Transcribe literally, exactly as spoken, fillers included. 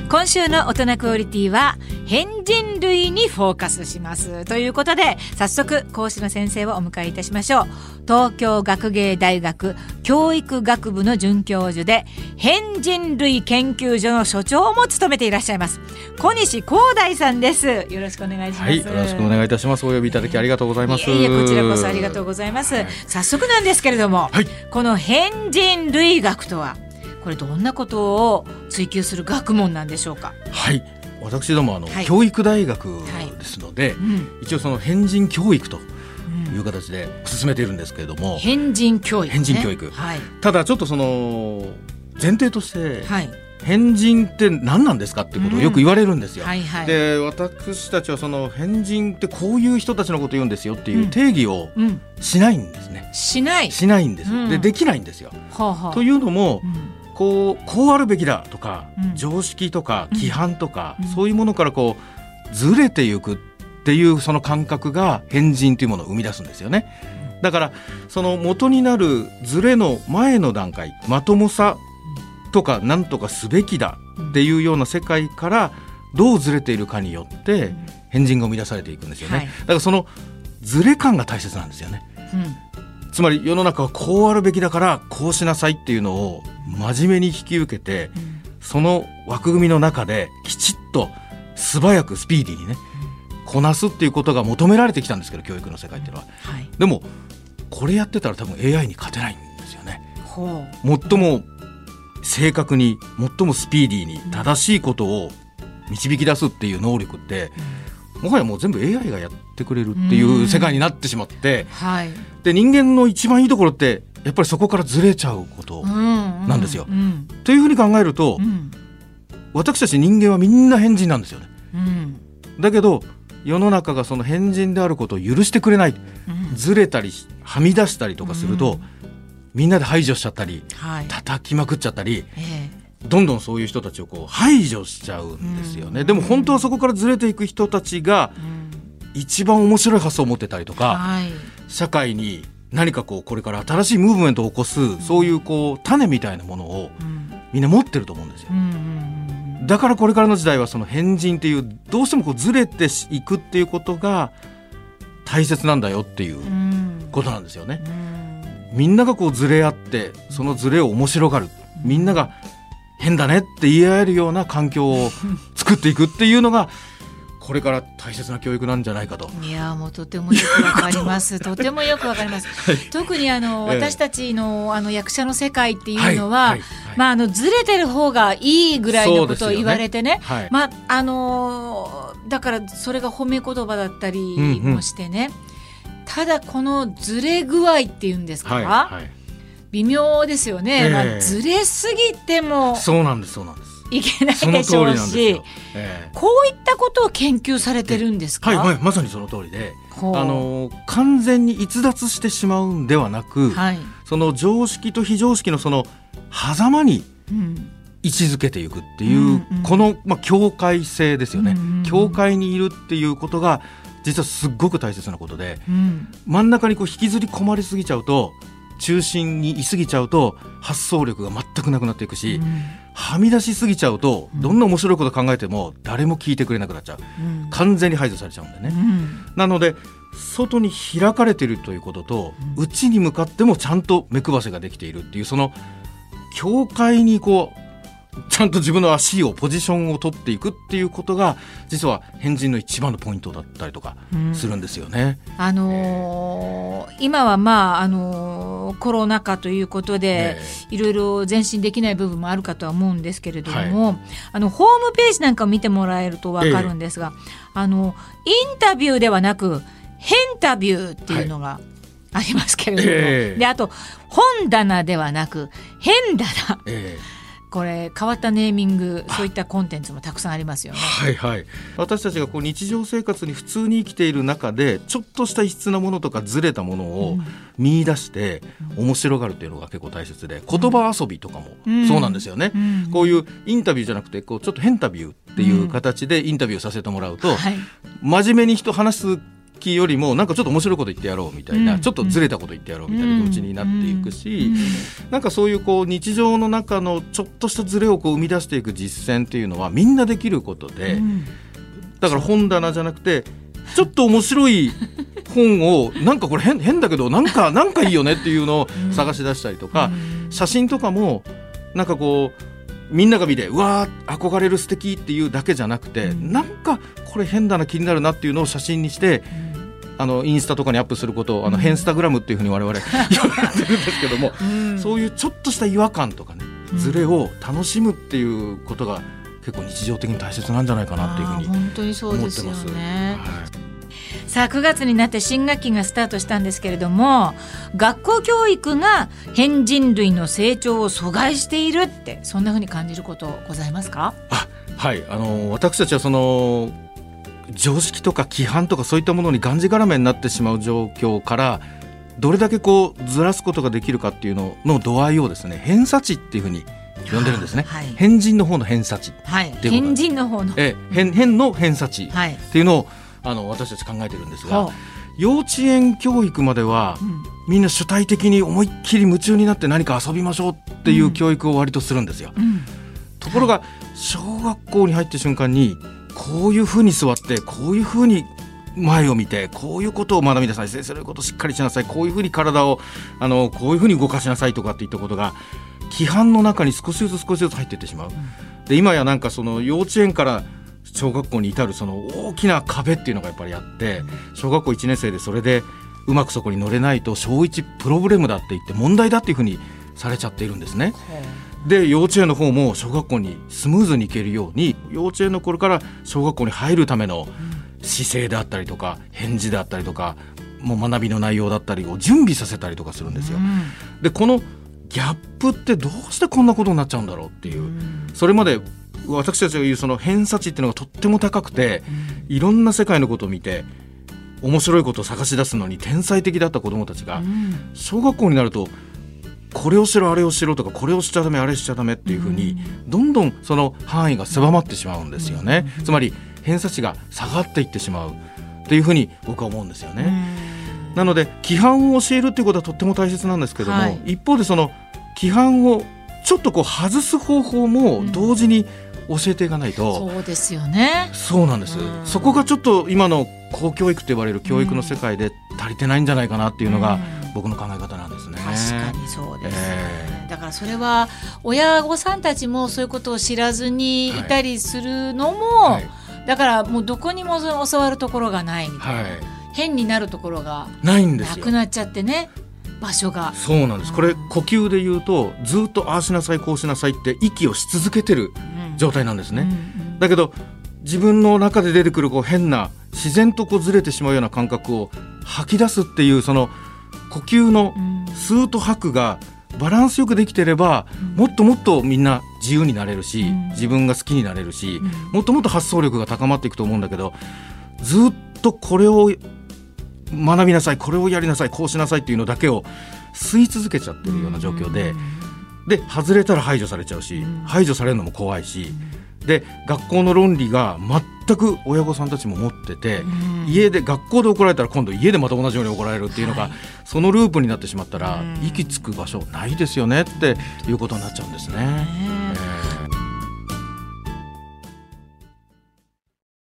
今週の大人クオリティは変人類にフォーカスしますということで、早速講師の先生をお迎えいたしましょう。東京学芸大学教育学部の准教授で変人類研究所の所長も務めていらっしゃいます小西光大さんです。よろしくお願いします。 はい、よろしくお願いいたします。お呼びいただきありがとうございます。 いえいえ、こちらこそありがとうございます、はい、早速なんですけれども、はい、この変人類学とはこれどんなことを追求する学問なんでしょうか。 はい、私どもあの、はい、教育大学ですので、はい、うん、一応その変人教育という形で進めているんですけれども、 変人教育、ね、 変人教育、はい、ただちょっとその前提として、はい、変人って何なんですかっていうことをよく言われるんですよ、うん、はいはい、で私たちはその変人ってこういう人たちのことを言うんですよっていう定義をしないんですね、うんうん、しないしないんです、うん、でできないんですよ、はあはあ、というのも、うん、こう、こうあるべきだとか、うん、常識とか規範とか、うん、そういうものからこうずれていくっていうその感覚が変人というものを生み出すんですよね。だからその元になるずれの前の段階、まともさとかなんとかすべきだっていうような世界からどうずれているかによって変人が生み出されていくんですよね、はい、だからそのずれ感が大切なんですよね、うん、つまり世の中はこうあるべきだからこうしなさいっていうのを真面目に引き受けて、うん、その枠組みの中できちっと素早くスピーディーにね、うん、こなすっていうことが求められてきたんですけど、教育の世界っていうのは、はい、でもこれやってたら多分 エーアイ に勝てないんですよね。ほう、最も正確に最もスピーディーに正しいことを導き出すっていう能力って、うん、もはやもう全部 エーアイ がやってくれるっていう世界になってしまって、うん、はい、で人間の一番いいところってやっぱりそこからずれちゃうことなんですよ、うんうんうん、というふうに考えると、うん、私たち人間はみんな変人なんですよね、うん、だけど世の中がその変人であることを許してくれない、うん、ずれたりはみ出したりとかすると、うん、みんなで排除しちゃったり、はい、叩きまくっちゃったり、えー、どんどんそういう人たちをこう排除しちゃうんですよね、うん、でも本当はそこからずれていく人たちが一番面白い発想を持ってたりとか、はい、社会に何かこうこれから新しいムーブメントを起こす、うん、そういうこう種みたいなものをみんな持ってると思うんですよ、うん、だからこれからの時代はその変人っていうどうしてもこうずれていくっていうことが大切なんだよっていうことなんですよね、うん、みんながこうずれ合ってそのずれを面白がる、みんなが変だねって言い合えるような環境を作っていくっていうのがこれから大切な教育なんじゃないかと。 いやもうとてもよくわかりますとてもよくわかります、はい、特にあの、えー、私たち の, あの役者の世界っていうのは、はいはいはい、まあ、あのずれてる方がいいぐらいのことを言われて ね, ね、はい、まああのー、だからそれが褒め言葉だったりもしてね、うんうん、ただこのずれ具合っていうんですか、はいはい、微妙ですよね、えーまあ、ずれすぎてもそうなんですそうなんですいけないでしょうし、えー、こういったことを研究されてるんですか。 はいはい、まさにその通りで、あの完全に逸脱してしまうんではなく、はい、その常識と非常識のその狭間に位置づけていくっていう、うんうん、この、まあ、境界性ですよね、うんうん、境界にいるっていうことが実はすっごく大切なことで、うん、真ん中にこう引きずり込まれすぎちゃうと、中心にいすぎちゃうと発想力が全くなくなっていくし、うん、はみ出しすぎちゃうとどんな面白いこと考えても誰も聞いてくれなくなっちゃう、うん、完全に排除されちゃうんでね、うん、なので外に開かれているということと、うん、内に向かってもちゃんと目配せができているっていうその境界にこうちゃんと自分の足をポジションを取っていくっていうことが実は変人の一番のポイントだったりとかするんですよね、 うん、あのー、今はまあ、あのー、コロナ禍ということで、えー、いろいろ前進できない部分もあるかとは思うんですけれども、はい、あのホームページなんかを見てもらえると分かるんですが、えー、あのインタビューではなく変タビューっていうのが、はい、ありますけれども、えー、であと本棚ではなく変棚、えーこれ変わったネーミング、そういったコンテンツもたくさんありますよね。 はいはい、私たちがこう日常生活に普通に生きている中でちょっとした異質なものとかずれたものを見出して面白がるというのが結構大切で、言葉遊びとかもそうなんですよね、うんうん、こういうインタビューじゃなくてこうちょっと変タビューっていう形でインタビューさせてもらうと、うんはい、真面目に人話すきよりもなんかちょっと面白いこと言ってやろうみたいな、うん、ちょっとずれたこと言ってやろうみたいな気持ちになっていくし、うん、なんかそういうこう日常の中のちょっとしたずれをこう生み出していく実践っていうのはみんなできることで、うん、だから本棚じゃなくてちょっと面白い本をなんかこれ 変, 変だけどなんかなんかいいよねっていうのを探し出したりとか、うん、写真とかもなんかこうみんなが見てうわー憧れる素敵っていうだけじゃなくて、うん、なんかこれ変だな気になるなっていうのを写真にして、うん、あのインスタとかにアップすることをあの、うん、ヘンスタグラムっていうふうに我々言われてるんですけども、うん、そういうちょっとした違和感とかね、ズレを楽しむっていうことが結構日常的に大切なんじゃないかなっていうふうに思ってます。 本当にそうですよね、 はい、 さあくがつになって新学期がスタートしたんですけれども、学校教育が変人類の成長を阻害しているってそんな風に感じることございますか？ あ、はい、あの私たちはその常識とか規範とかそういったものにがんじがらめになってしまう状況からどれだけこうずらすことができるかっていうのの度合いをですね、偏差値っていう風に呼んでるんですね、はい、変人の方の偏差値、 はい、変人の方のえ変、変の偏差値っていうのを、はい、あの私たち考えてるんですが、幼稚園教育までは、うん、みんな主体的に思いっきり夢中になって何か遊びましょうっていう教育を割とするんですよ、うんうん、ところが、はい、小学校に入った瞬間にこういうふうに座ってこういうふうに前を見てこういうことを学びなさい、先生の言うことをしっかりしなさい、こういうふうに体をあのこういうふうに動かしなさいとかっていったことが規範の中に少しずつ少しずつ入っていってしまう、うん、で今やなんかその幼稚園から小学校に至るその大きな壁っていうのがやっぱりあって、小学校いちねん生でそれでうまくそこに乗れないと小いちプロブレムだって言って問題だっていうふうにされちゃっているんですね。で幼稚園の方も小学校にスムーズに行けるように幼稚園の頃から小学校に入るための姿勢であったりとか返事であったりとかもう学びの内容だったりを準備させたりとかするんですよ、うん、でこのギャップってどうしてこんなことになっちゃうんだろうっていう、うん、それまで私たちが言うその偏差値っていうのがとっても高くて、うん、いろんな世界のことを見て面白いことを探し出すのに天才的だった子どもたちが、うん、小学校になるとこれをしろあれをしろとかこれをしちゃダメあれしちゃダメっていうふうに、うん、どんどんその範囲が狭まってしまうんですよね、うん、つまり偏差値が下がっていってしまうっていうふうに僕は思うんですよね、うん、なので規範を教えるっていうことはとっても大切なんですけども、はい、一方でその規範をちょっとこう外す方法も同時に教えていかないと、 うん、そうですよね。 そうなんです、うん、そこがちょっと今の公教育と呼ばれる教育の世界で足りてないんじゃないかなっていうのが僕の考え方なんですね、 うん、確かにそうですね、えー、だからそれは親御さんたちもそういうことを知らずにいたりするのも、はいはい、だからもうどこにも教わるところがないみたいな、はい、変になるところがないんですよ、 なくなっちゃってね、場所が。 そうなんです、これ呼吸で言うとずっとああしなさいこうしなさいって息をし続けてる状態なんですね、うんうんうん、だけど自分の中で出てくるこう変な自然とこうずれてしまうような感覚を吐き出すっていうその呼吸のスーッと吐くがバランスよくできてれば、うん、もっともっとみんな自由になれるし、うん、自分が好きになれるし、うん、もっともっと発想力が高まっていくと思うんだけど、ずっとこれを学びなさいこれをやりなさいこうしなさいっていうのだけを吸い続けちゃってるような状況で、うん、で外れたら排除されちゃうし、うん、排除されるのも怖いし、うん、で学校の論理が全く親御さんたちも持ってて、うん、家で学校で怒られたら今度家でまた同じように怒られるっていうのが、はい、そのループになってしまったら、うん、息つく場所ないですよねっていうことになっちゃうんですね。